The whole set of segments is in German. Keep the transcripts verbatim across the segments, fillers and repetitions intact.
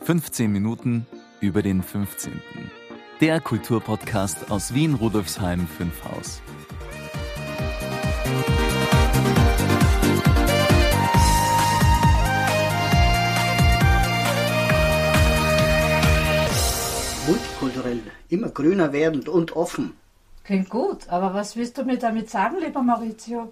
fünfzehn Minuten über den fünfzehnten. Der Kulturpodcast aus Wien Rudolfsheim fünf Haus. Multikulturell, immer grüner werdend und offen. Klingt gut, aber was willst du mir damit sagen, lieber Maurizio?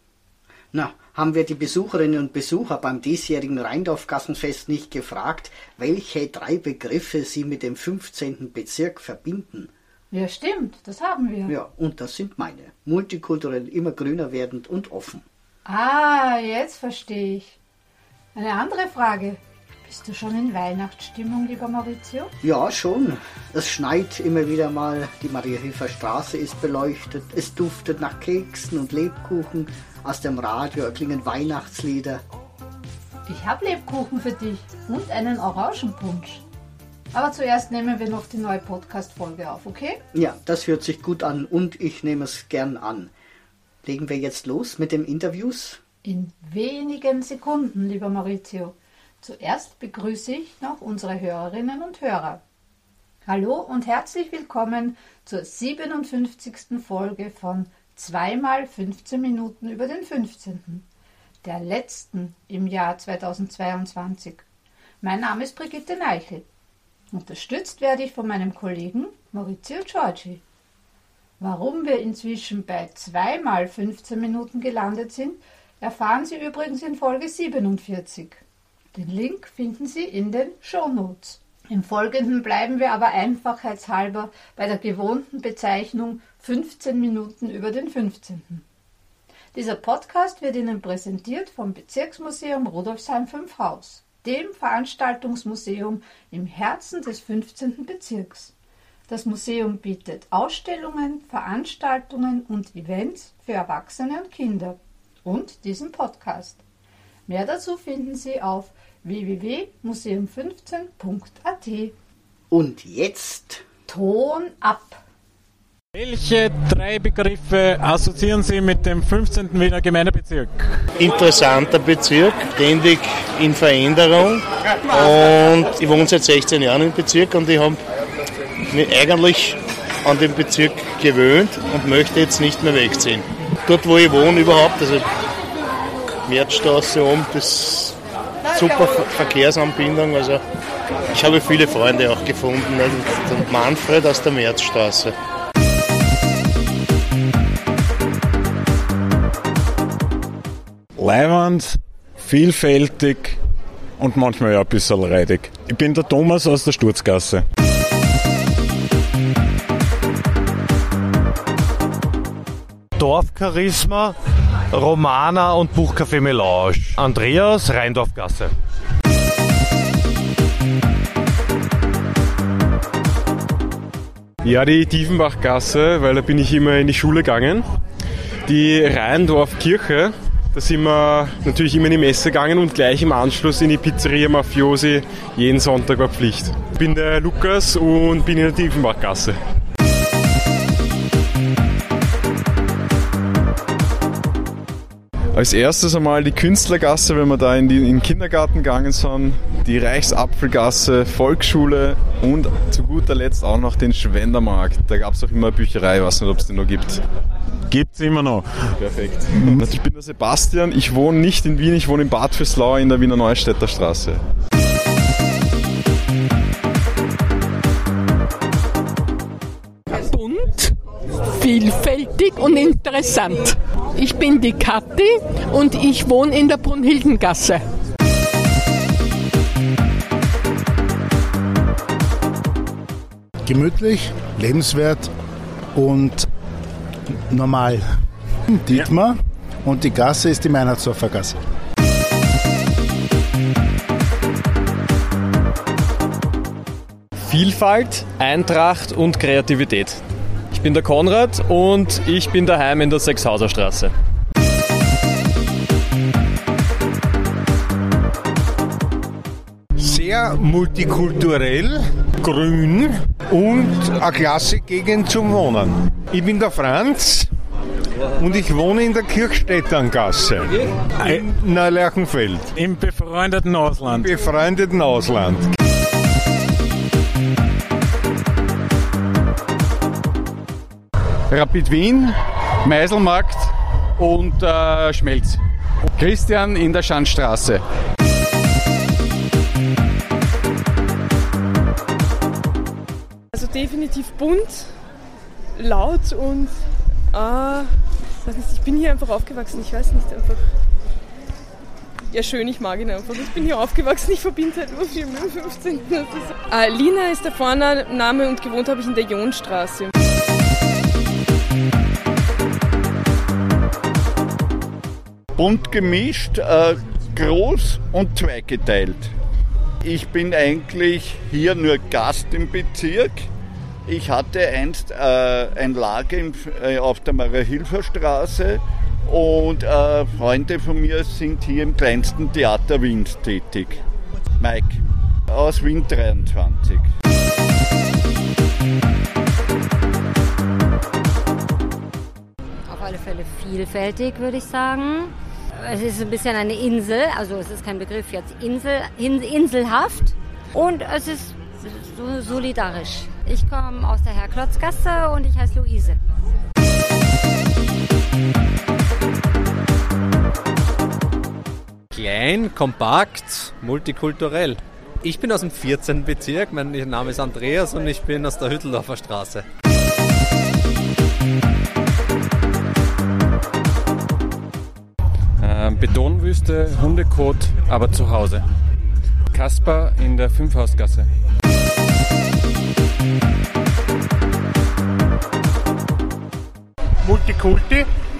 Na, haben wir die Besucherinnen und Besucher beim diesjährigen Rheindorf-Gassenfest nicht gefragt, welche drei Begriffe sie mit dem fünfzehnten Bezirk verbinden? Ja, stimmt, das haben wir. Ja, und das sind meine. Multikulturell, immer grüner werdend und offen. Ah, jetzt verstehe ich. Eine andere Frage. Bist du schon in Weihnachtsstimmung, lieber Maurizio? Ja, schon. Es schneit immer wieder mal, die Maria-Hilfer Straße ist beleuchtet, es duftet nach Keksen und Lebkuchen, aus dem Radio erklingen Weihnachtslieder. Ich habe Lebkuchen für dich und einen Orangenpunsch. Aber zuerst nehmen wir noch die neue Podcast-Folge auf, okay? Ja, das hört sich gut an und ich nehme es gern an. Legen wir jetzt los mit den Interviews? In wenigen Sekunden, lieber Maurizio. Zuerst begrüße ich noch unsere Hörerinnen und Hörer. Hallo und herzlich willkommen zur siebenundfünfzigsten Folge von zweimal fünfzehn Minuten über den fünfzehnten. Der letzten im Jahr zweitausendzweiundzwanzig. Mein Name ist Brigitte Neichel. Unterstützt werde ich von meinem Kollegen Maurizio Giorgi. Warum wir inzwischen bei zweimal fünfzehn Minuten gelandet sind, erfahren Sie übrigens in Folge siebenundvierzig. Den Link finden Sie in den Shownotes. Im Folgenden bleiben wir aber einfachheitshalber bei der gewohnten Bezeichnung fünfzehn Minuten über den fünfzehnten. Dieser Podcast wird Ihnen präsentiert vom Bezirksmuseum Rudolfsheim fünf Haus, dem Veranstaltungsmuseum im Herzen des fünfzehnten Bezirks. Das Museum bietet Ausstellungen, Veranstaltungen und Events für Erwachsene und Kinder und diesen Podcast. Mehr dazu finden Sie auf w w w punkt museum fünfzehn punkt a t. Und jetzt Ton ab! Welche drei Begriffe assoziieren Sie mit dem fünfzehnten Wiener Gemeindebezirk? Interessanter Bezirk, ständig in Veränderung und ich wohne seit sechzehn Jahren im Bezirk und ich habe mich eigentlich an den Bezirk gewöhnt und möchte jetzt nicht mehr wegziehen. Dort, wo ich wohne überhaupt, also Märzstraße oben, das super Verkehrsanbindung, also ich habe viele Freunde auch gefunden und Manfred aus der Märzstraße. Leiwand, vielfältig und manchmal ja ein bisschen reidig. Ich bin der Thomas aus der Sturzgasse. Dorfcharisma, Romana und Buchcafé Melange. Andreas, Rheindorfgasse. Ja, die Tiefenbachgasse, weil da bin ich immer in die Schule gegangen. Die Rheindorfkirche, da sind wir natürlich immer in die Messe gegangen und gleich im Anschluss in die Pizzeria Mafiosi. Jeden Sonntag war Pflicht. Ich bin der Lukas und bin in der Tiefenbachgasse. Als erstes einmal die Künstlergasse, wenn wir da in, die, in den Kindergarten gegangen sind, die Reichsapfelgasse, Volksschule und zu guter Letzt auch noch den Schwendermarkt. Da gab es auch immer eine Bücherei, ich weiß nicht, ob es den noch gibt. Gibt's immer noch. Perfekt. Und ich bin der Sebastian, ich wohne nicht in Wien, ich wohne in Bad Vöslau in der Wiener Neustädter Straße. Bunt, vielfältig und interessant. Ich bin die Kathi und ich wohne in der Brunhildengasse. Gemütlich, lebenswert und normal. Dietmar und die Gasse ist die Meinhardsdorfer Gasse. Vielfalt, Eintracht und Kreativität. Ich bin der Konrad und ich bin daheim in der Sechshauser Straße. Sehr multikulturell, grün und eine klasse Gegend zum Wohnen. Ich bin der Franz und ich wohne in der Kirchstätterngasse in Neulerchenfeld. Im befreundeten Ausland. Im befreundeten Ausland. Rapid Wien, Meiselmarkt und äh, Schmelz. Christian in der Schanzstraße. Also definitiv bunt, laut und äh, ich bin hier einfach aufgewachsen, ich weiß nicht, einfach ja schön, ich mag ihn einfach. Ich bin hier aufgewachsen, ich verbinde halt nur viel mit dem fünfzehnten Äh, Lina ist der Vorname und gewohnt habe ich in der Jonstraße. Bunt gemischt, äh, groß und zweigeteilt. Ich bin eigentlich hier nur Gast im Bezirk. Ich hatte einst äh, ein Lager im, äh, auf der Maria-Hilfer-Straße und äh, Freunde von mir sind hier im kleinsten Theater Wiens tätig. Mike aus Wien dreiundzwanzig. Auf alle Fälle vielfältig, würde ich sagen. Es ist ein bisschen eine Insel, also es ist kein Begriff jetzt, Insel, inselhaft und es ist so solidarisch. Ich komme aus der Herr-Klotz-Gasse und ich heiße Luise. Klein, kompakt, multikulturell. Ich bin aus dem vierzehnten Bezirk, mein Name ist Andreas und ich bin aus der Hütteldorfer Straße. Betonwüste, Hundekot, aber zu Hause. Kasper in der Fünfhausgasse. Multikulti,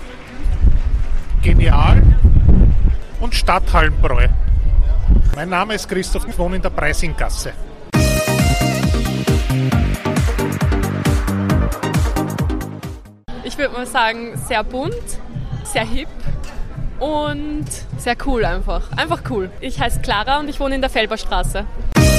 genial und Stadthallenbräu. Mein Name ist Christoph, ich wohne in der Preisinggasse. Ich würde mal sagen, sehr bunt, sehr hip. Und sehr cool einfach. Einfach cool. Ich heiße Clara und ich wohne in der Felberstraße.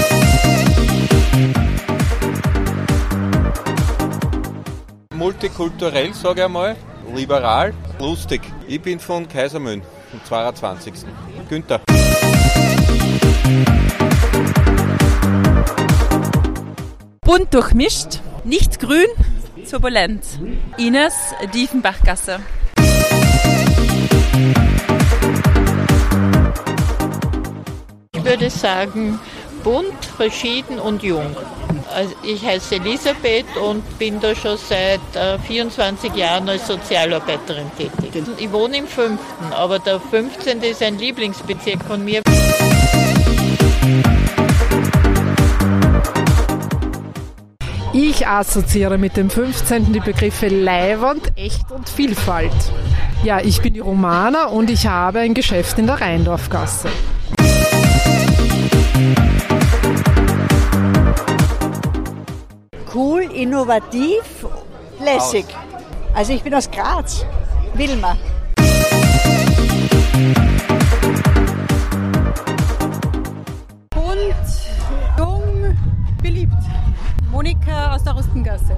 Multikulturell, sage ich einmal. Liberal, lustig. Ich bin von Kaisermühlen, vom zweiundzwanzigsten Günther. Bunt durchmischt, nicht grün, turbulent. Ines, Diefenbachgasse. Ich würde sagen, bunt, verschieden und jung. Also ich heiße Elisabeth und bin da schon seit äh, vierundzwanzig Jahren als Sozialarbeiterin tätig. Ich wohne im fünften, aber der fünfzehnte ist ein Lieblingsbezirk von mir. Ich assoziiere mit dem fünfzehnten die Begriffe Leiwand, Echt und Vielfalt. Ja, ich bin die Romana und ich habe ein Geschäft in der Rheindorfgasse. Cool, innovativ, lässig. Also ich bin aus Graz, Wilma. Bunt, jung, beliebt. Monika aus der Rustengasse.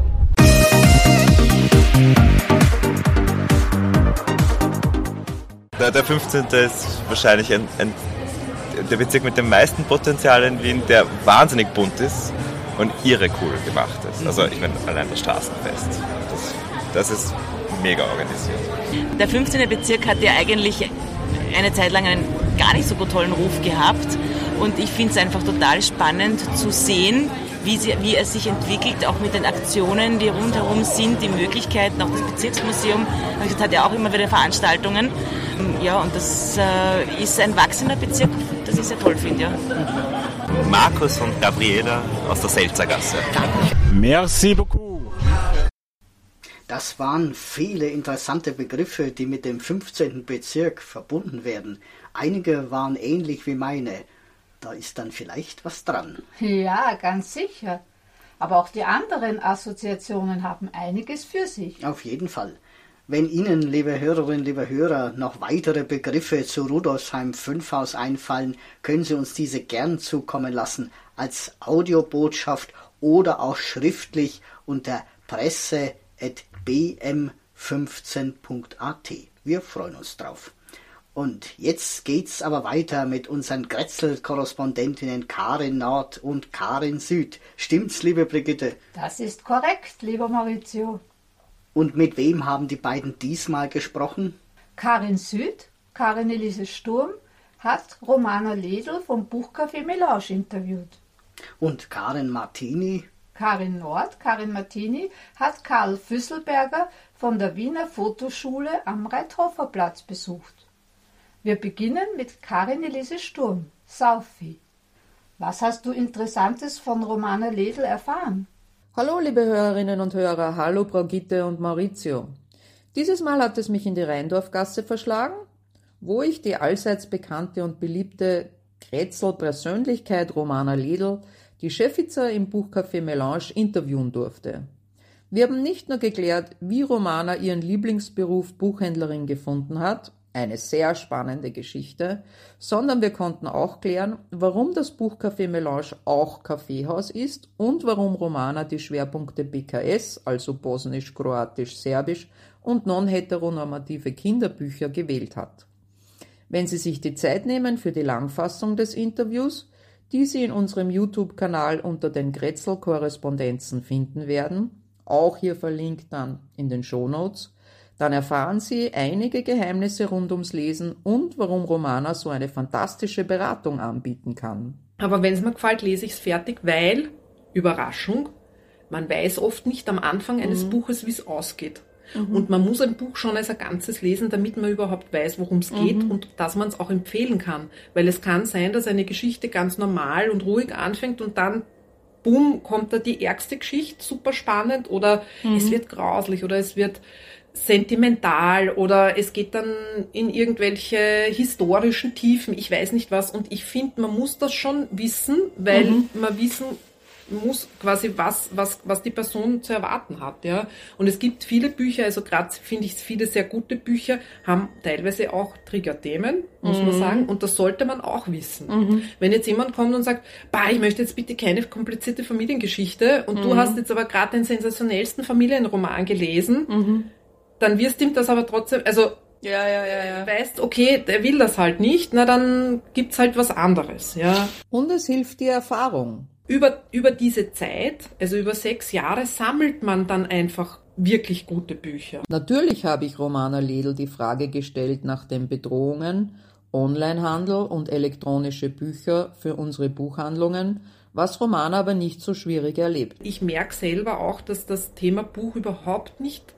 Der, der fünfzehnte ist wahrscheinlich ein, ein, der Bezirk mit dem meisten Potenzial in Wien, der wahnsinnig bunt ist und irre cool gemacht ist. Also ich meine, allein das Straßenfest, das, das ist mega organisiert. Der fünfzehnte Bezirk hat ja eigentlich eine Zeit lang einen gar nicht so gut tollen Ruf gehabt und ich finde es einfach total spannend zu sehen, wie, sie, wie er sich entwickelt, auch mit den Aktionen, die rundherum sind, die Möglichkeiten, auch das Bezirksmuseum das hat ja auch immer wieder Veranstaltungen. Ja, und das äh, ist ein wachsender Bezirk, das ich sehr toll finde. Ja. Markus und Gabriela aus der Selzergasse. Merci beaucoup. Das waren viele interessante Begriffe, die mit dem fünfzehnten Bezirk verbunden werden. Einige waren ähnlich wie meine. Da ist dann vielleicht was dran. Ja, ganz sicher. Aber auch die anderen Assoziationen haben einiges für sich. Auf jeden Fall. Wenn Ihnen, liebe Hörerinnen, liebe Hörer, noch weitere Begriffe zu Rudolfsheim fünf Haus einfallen, können Sie uns diese gern zukommen lassen, als Audiobotschaft oder auch schriftlich unter presse at b m fünfzehn punkt a t. Wir freuen uns drauf. Und jetzt geht's aber weiter mit unseren Grätzl-Korrespondentinnen Karin Nord und Karin Süd. Stimmt's, liebe Brigitte? Das ist korrekt, lieber Maurizio. Und mit wem haben die beiden diesmal gesprochen? Karin Süd, Karin Elise Sturm, hat Romana Ledl vom Buchcafé Melange interviewt. Und Karin Martini? Karin Nord, Karin Martini, hat Karl Füsselberger von der Wiener Fotoschule am Reithoferplatz besucht. Wir beginnen mit Karin Elise Sturm, Saufi. Was hast du Interessantes von Romana Ledl erfahren? Hallo liebe Hörerinnen und Hörer, hallo Brigitte und Maurizio. Dieses Mal hat es mich in die Rheindorfgasse verschlagen, wo ich die allseits bekannte und beliebte Grätzl-Persönlichkeit Romana Ledl, die Chefitzer im Buchcafé Melange, interviewen durfte. Wir haben nicht nur geklärt, wie Romana ihren Lieblingsberuf Buchhändlerin gefunden hat, eine sehr spannende Geschichte, sondern wir konnten auch klären, warum das Buchcafé Melange auch Kaffeehaus ist und warum Romana die Schwerpunkte B K S, also Bosnisch, Kroatisch, Serbisch und non-heteronormative Kinderbücher gewählt hat. Wenn Sie sich die Zeit nehmen für die Langfassung des Interviews, die Sie in unserem YouTube-Kanal unter den Grätzl-Korrespondenzen finden werden, auch hier verlinkt dann in den Shownotes, dann erfahren Sie einige Geheimnisse rund ums Lesen und warum Romana so eine fantastische Beratung anbieten kann. Aber wenn es mir gefällt, lese ich es fertig, weil, Überraschung, man weiß oft nicht am Anfang eines mhm. Buches, wie es ausgeht. Mhm. Und man muss ein Buch schon als ein Ganzes lesen, damit man überhaupt weiß, worum es geht mhm. und dass man es auch empfehlen kann. Weil es kann sein, dass eine Geschichte ganz normal und ruhig anfängt und dann, bumm, kommt da die ärgste Geschichte, super spannend, oder mhm. es wird grauslich oder es wird sentimental oder es geht dann in irgendwelche historischen Tiefen, ich weiß nicht was. Und ich finde, man muss das schon wissen, weil mhm. man wissen muss quasi, was, was, was die Person zu erwarten hat. Ja. Und es gibt viele Bücher, also gerade finde ich viele sehr gute Bücher, haben teilweise auch Triggerthemen, muss mhm. man sagen. Und das sollte man auch wissen. Mhm. Wenn jetzt jemand kommt und sagt, bah, ich möchte jetzt bitte keine komplizierte Familiengeschichte und mhm. du hast jetzt aber gerade den sensationellsten Familienroman gelesen, mhm. dann wirst ihm das aber trotzdem, also ja, ja, ja, ja. weißt, okay, der will das halt nicht, na dann gibt's halt was anderes. Ja. Und es hilft die Erfahrung. Über, über diese Zeit, also über sechs Jahre, sammelt man dann einfach wirklich gute Bücher. Natürlich habe ich Romana Ledl die Frage gestellt nach den Bedrohungen, Onlinehandel und elektronische Bücher für unsere Buchhandlungen, was Romana aber nicht so schwierig erlebt. Ich merke selber auch, dass das Thema Buch überhaupt nicht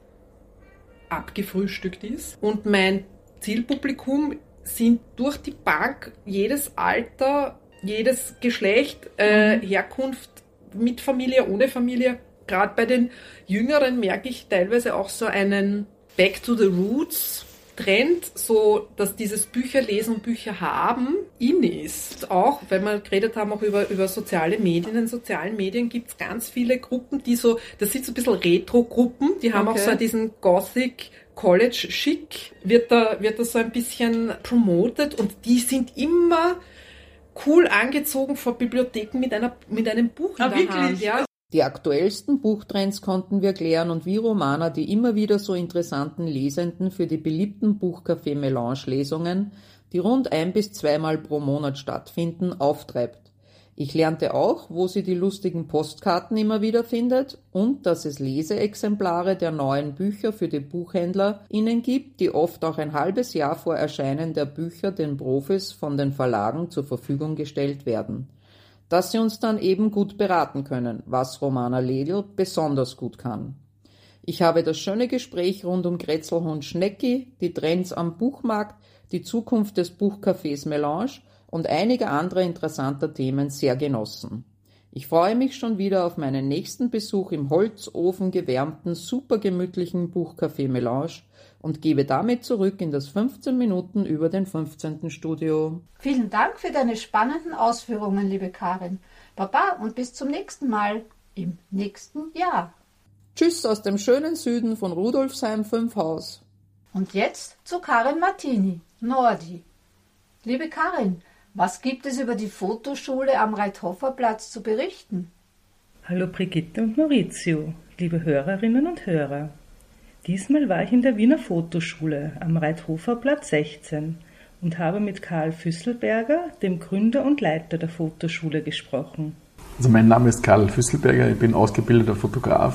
abgefrühstückt ist. Und mein Zielpublikum sind durch die Bank jedes Alter, jedes Geschlecht, äh, mhm. Herkunft, mit Familie, ohne Familie. Gerade bei den Jüngeren merke ich teilweise auch so einen Back to the Roots Trend, so dass dieses Bücherlesen und Bücher haben in ist. Auch, weil wir geredet haben, auch über, über soziale Medien. In den sozialen Medien gibt es ganz viele Gruppen, die so, das sind so ein bisschen Retro-Gruppen, die haben okay. auch so diesen Gothic College-Schick, wird da, wird da so ein bisschen promotet und die sind immer cool angezogen vor Bibliotheken mit einer, mit einem Buch in ah, der wirklich? Hand. Ja. Die aktuellsten Buchtrends konnten wir klären und wie Romana die immer wieder so interessanten Lesenden für die beliebten Buchcafé Melange Lesungen, die rund ein bis zweimal pro Monat stattfinden, auftreibt. Ich lernte auch, wo sie die lustigen Postkarten immer wieder findet und dass es Leseexemplare der neuen Bücher für die Buchhändler ihnen gibt, die oft auch ein halbes Jahr vor Erscheinen der Bücher den Profis von den Verlagen zur Verfügung gestellt werden. Dass sie uns dann eben gut beraten können, was Romana Ledl besonders gut kann. Ich habe das schöne Gespräch rund um Grätzlhund Schnecki, die Trends am Buchmarkt, die Zukunft des Buchcafés Melange und einige andere interessanter Themen sehr genossen. Ich freue mich schon wieder auf meinen nächsten Besuch im Holzofen gewärmten, super gemütlichen Buchcafé Melange und gebe damit zurück in das fünfzehn Minuten über den fünfzehnten Studio. Vielen Dank für deine spannenden Ausführungen, liebe Karin. Baba und bis zum nächsten Mal im nächsten Jahr. Tschüss aus dem schönen Süden von Rudolfsheim fünf Haus. Und jetzt zu Karin Martini, Nordi. Liebe Karin, was gibt es über die Fotoschule am Reithoferplatz zu berichten? Hallo Brigitte und Maurizio, liebe Hörerinnen und Hörer. Diesmal war ich in der Wiener Fotoschule am Reithoferplatz sechzehn und habe mit Karl Füsselberger, dem Gründer und Leiter der Fotoschule, gesprochen. Also mein Name ist Karl Füsselberger, ich bin ausgebildeter Fotograf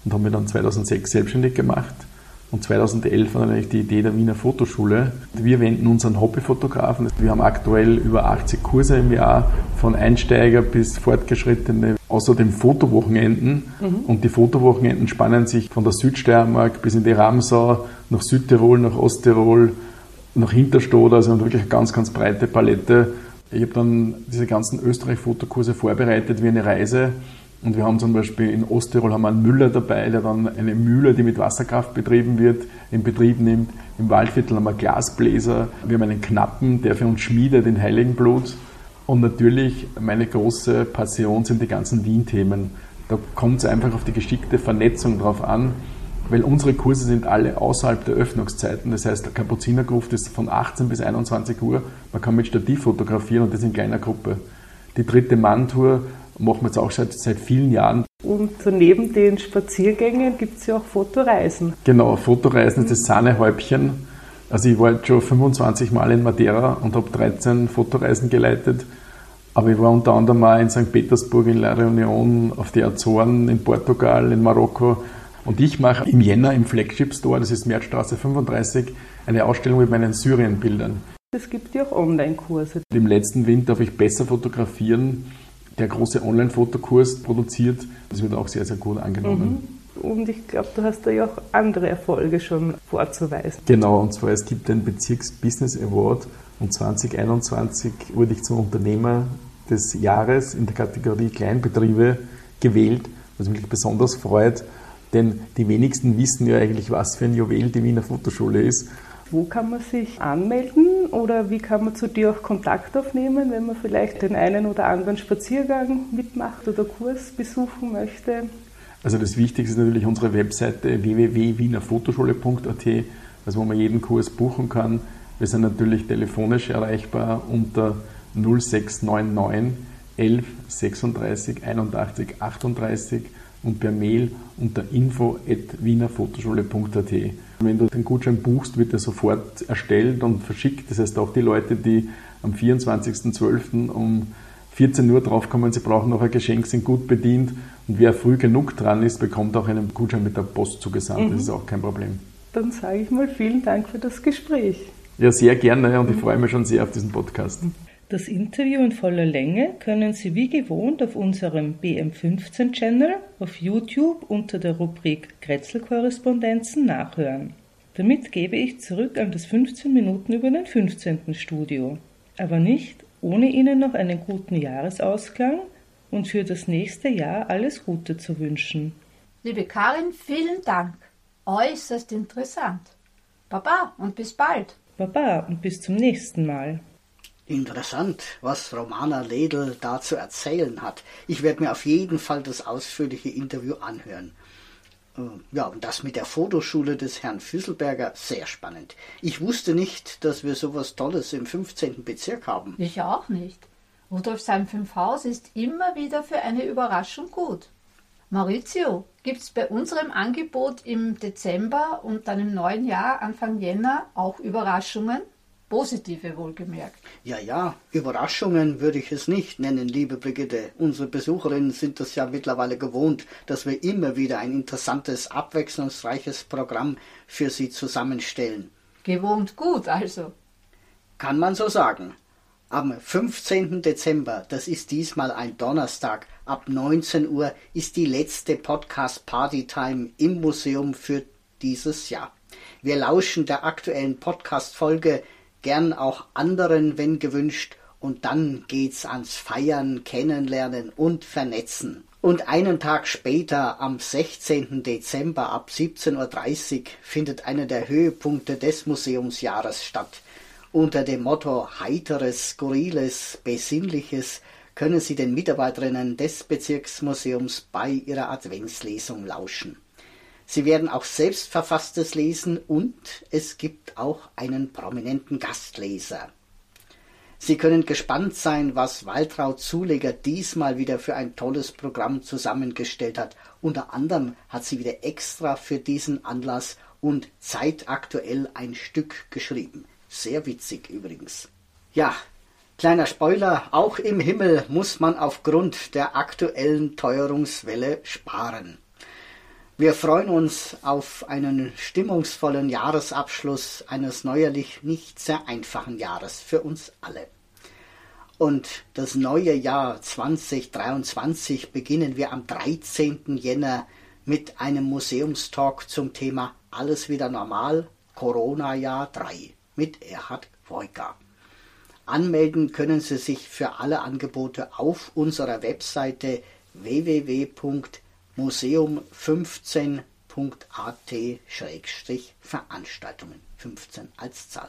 und habe mich dann zweitausendsechs selbstständig gemacht. Und zweitausendelf war dann eigentlich die Idee der Wiener Fotoschule. Wir wenden uns an Hobbyfotografen. Wir haben aktuell über achtzig Kurse im Jahr, von Einsteiger bis Fortgeschrittene, außerdem Fotowochenenden. Mhm. Und die Fotowochenenden spannen sich von der Südsteiermark bis in die Ramsau, nach Südtirol, nach Osttirol, nach Hinterstoder, also wirklich eine ganz, ganz breite Palette. Ich habe dann diese ganzen Österreich-Fotokurse vorbereitet wie eine Reise. Und wir haben zum Beispiel in Osttirol haben wir einen Müller dabei, der dann eine Mühle, die mit Wasserkraft betrieben wird, in Betrieb nimmt. Im Waldviertel haben wir Glasbläser. Wir haben einen Knappen, der für uns schmiedet in Heiligenblut. Und natürlich meine große Passion sind die ganzen Wien-Themen. Da kommt es einfach auf die geschickte Vernetzung drauf an, weil unsere Kurse sind alle außerhalb der Öffnungszeiten. Das heißt, der Kapuzinergruft ist von achtzehn bis einundzwanzig Uhr. Man kann mit Stativ fotografieren und das in kleiner Gruppe. Die dritte Mann-Tour machen wir jetzt auch seit, seit vielen Jahren. Und so neben den Spaziergängen gibt es ja auch Fotoreisen. Genau, Fotoreisen ist das Sahnehäubchen. Also ich war jetzt schon fünfundzwanzig Mal in Madeira und habe dreizehn Fotoreisen geleitet. Aber ich war unter anderem auch in Sankt Petersburg, in La Réunion, auf die Azoren, in Portugal, in Marokko. Und ich mache im Jänner im Flagship Store, das ist Märzstraße fünfunddreißig, eine Ausstellung mit meinen Syrien-Bildern. Es gibt ja auch Online-Kurse. Im letzten Winter darf ich besser fotografieren. Der große Online-Fotokurs produziert. Das wird auch sehr, sehr gut angenommen. Mhm. Und ich glaube, du hast da ja auch andere Erfolge schon vorzuweisen. Genau, und zwar es gibt den Bezirks-Business Award und zwanzig einundzwanzig wurde ich zum Unternehmer des Jahres in der Kategorie Kleinbetriebe gewählt, was mich besonders freut, denn die wenigsten wissen ja eigentlich, was für ein Juwel die Wiener Fotoschule ist. Wo kann man sich anmelden oder wie kann man zu dir auch Kontakt aufnehmen, wenn man vielleicht den einen oder anderen Spaziergang mitmacht oder Kurs besuchen möchte? Also das Wichtigste ist natürlich unsere Webseite w w w punkt wiener fotoschule punkt a t, also wo man jeden Kurs buchen kann. Wir sind natürlich telefonisch erreichbar unter null sechs neun neun elf sechsunddreißig einundachtzig achtunddreißig und per Mail unter info at wiener fotoschule punkt a t. Wenn du den Gutschein buchst, wird er sofort erstellt und verschickt. Das heißt, auch die Leute, die am vierundzwanzigsten zwölften um vierzehn Uhr draufkommen, sie brauchen noch ein Geschenk, sind gut bedient. Und wer früh genug dran ist, bekommt auch einen Gutschein mit der Post zugesandt. Mhm. Das ist auch kein Problem. Dann sage ich mal vielen Dank für das Gespräch. Ja, sehr gerne und ich freue mich schon sehr auf diesen Podcast. Das Interview in voller Länge können Sie wie gewohnt auf unserem B M fünfzehn Channel auf YouTube unter der Rubrik Grätzl-Korrespondenzen nachhören. Damit gebe ich zurück an das fünfzehn Minuten über den fünfzehnten Studio. Aber nicht, ohne Ihnen noch einen guten Jahresausklang und für das nächste Jahr alles Gute zu wünschen. Liebe Karin, vielen Dank. Äußerst interessant. Baba und bis bald. Baba und bis zum nächsten Mal. Interessant, was Romana Ledl da zu erzählen hat. Ich werde mir auf jeden Fall das ausführliche Interview anhören. Ja, und das mit der Fotoschule des Herrn Füsselberger, sehr spannend. Ich wusste nicht, dass wir sowas Tolles im fünfzehnten Bezirk haben. Ich auch nicht. Rudolfsheim fünf Haus ist immer wieder für eine Überraschung gut. Maurizio, gibt's bei unserem Angebot im Dezember und dann im neuen Jahr, Anfang Jänner, auch Überraschungen? Positive wohlgemerkt. Ja, ja, Überraschungen würde ich es nicht nennen, liebe Brigitte. Unsere Besucherinnen sind das ja mittlerweile gewohnt, dass wir immer wieder ein interessantes, abwechslungsreiches Programm für sie zusammenstellen. Gewohnt gut, also. Kann man so sagen. Am fünfzehnten Dezember, das ist diesmal ein Donnerstag, ab neunzehn Uhr ist die letzte Podcast-Party-Time im Museum für dieses Jahr. Wir lauschen der aktuellen Podcast-Folge, gern auch anderen, wenn gewünscht, und dann geht's ans Feiern, Kennenlernen und Vernetzen. Und einen Tag später, am sechzehnten Dezember ab siebzehn Uhr dreißig, findet einer der Höhepunkte des Museumsjahres statt. Unter dem Motto Heiteres, Skurriles, Besinnliches können Sie den Mitarbeiterinnen des Bezirksmuseums bei ihrer Adventslesung lauschen. Sie werden auch Selbstverfasstes lesen und es gibt auch einen prominenten Gastleser. Sie können gespannt sein, was Waltraud Zuleger diesmal wieder für ein tolles Programm zusammengestellt hat. Unter anderem hat sie wieder extra für diesen Anlass und zeitaktuell ein Stück geschrieben. Sehr witzig übrigens. Ja, kleiner Spoiler, auch im Himmel muss man aufgrund der aktuellen Teuerungswelle sparen. Wir freuen uns auf einen stimmungsvollen Jahresabschluss eines neuerlich nicht sehr einfachen Jahres für uns alle. Und das neue Jahr zwanzig dreiundzwanzig beginnen wir am dreizehnten Jänner mit einem Museumstalk zum Thema Alles wieder normal, Corona-Jahr drei mit Erhard Woika. Anmelden können Sie sich für alle Angebote auf unserer Webseite w w w punkt museum fünfzehn punkt a t Schrägstrich Veranstaltungen, fünfzehn als Zahl.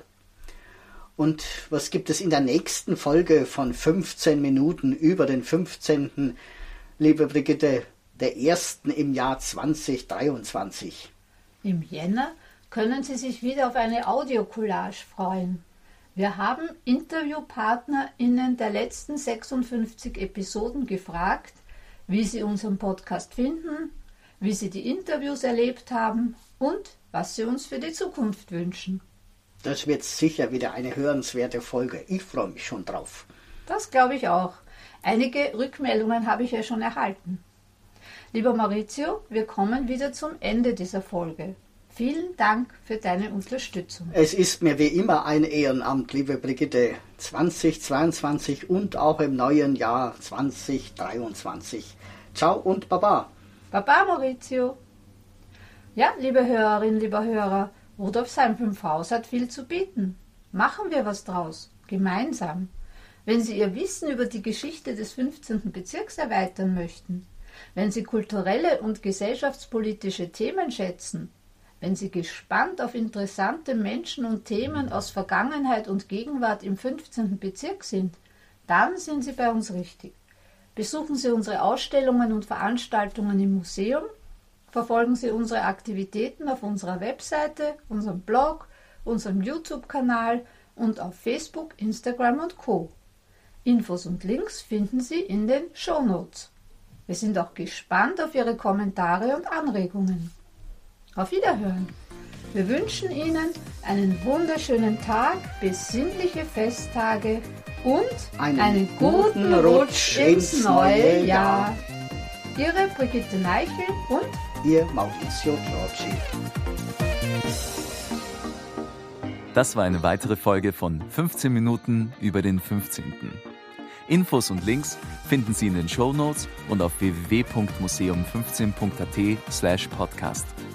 Und was gibt es in der nächsten Folge von fünfzehn Minuten über den fünfzehnten liebe Brigitte, der ersten im Jahr zwanzig dreiundzwanzig? Im Jänner können Sie sich wieder auf eine Audiocollage freuen. Wir haben InterviewpartnerInnen der letzten sechsundfünfzig Episoden gefragt, wie sie unseren Podcast finden, wie sie die Interviews erlebt haben und was sie uns für die Zukunft wünschen. Das wird sicher wieder eine hörenswerte Folge. Ich freue mich schon drauf. Das glaube ich auch. Einige Rückmeldungen habe ich ja schon erhalten. Lieber Maurizio, wir kommen wieder zum Ende dieser Folge. Vielen Dank für deine Unterstützung. Es ist mir wie immer ein Ehrenamt, liebe Brigitte, zwanzig zweiundzwanzig und auch im neuen Jahr zwanzig dreiundzwanzig. Ciao und Baba. Baba, Maurizio. Ja, liebe Hörerinnen, lieber Hörer, Rudolfsheim fünf Haus hat viel zu bieten. Machen wir was draus, gemeinsam. Wenn Sie Ihr Wissen über die Geschichte des fünfzehnten Bezirks erweitern möchten, wenn Sie kulturelle und gesellschaftspolitische Themen schätzen, wenn Sie gespannt auf interessante Menschen und Themen aus Vergangenheit und Gegenwart im fünfzehnten Bezirk sind, dann sind Sie bei uns richtig. Besuchen Sie unsere Ausstellungen und Veranstaltungen im Museum, verfolgen Sie unsere Aktivitäten auf unserer Webseite, unserem Blog, unserem YouTube-Kanal und auf Facebook, Instagram und Co. Infos und Links finden Sie in den Shownotes. Wir sind auch gespannt auf Ihre Kommentare und Anregungen. Auf Wiederhören! Wir wünschen Ihnen einen wunderschönen Tag, besinnliche Festtage und einen, einen guten Rutsch ins neue Jahr. Ihre Brigitte Neichel und Ihr Maurizio Giorgi. Das war eine weitere Folge von fünfzehn Minuten über den fünfzehnten. Infos und Links finden Sie in den Shownotes und auf w w w punkt museum fünfzehn punkt a t slash podcast.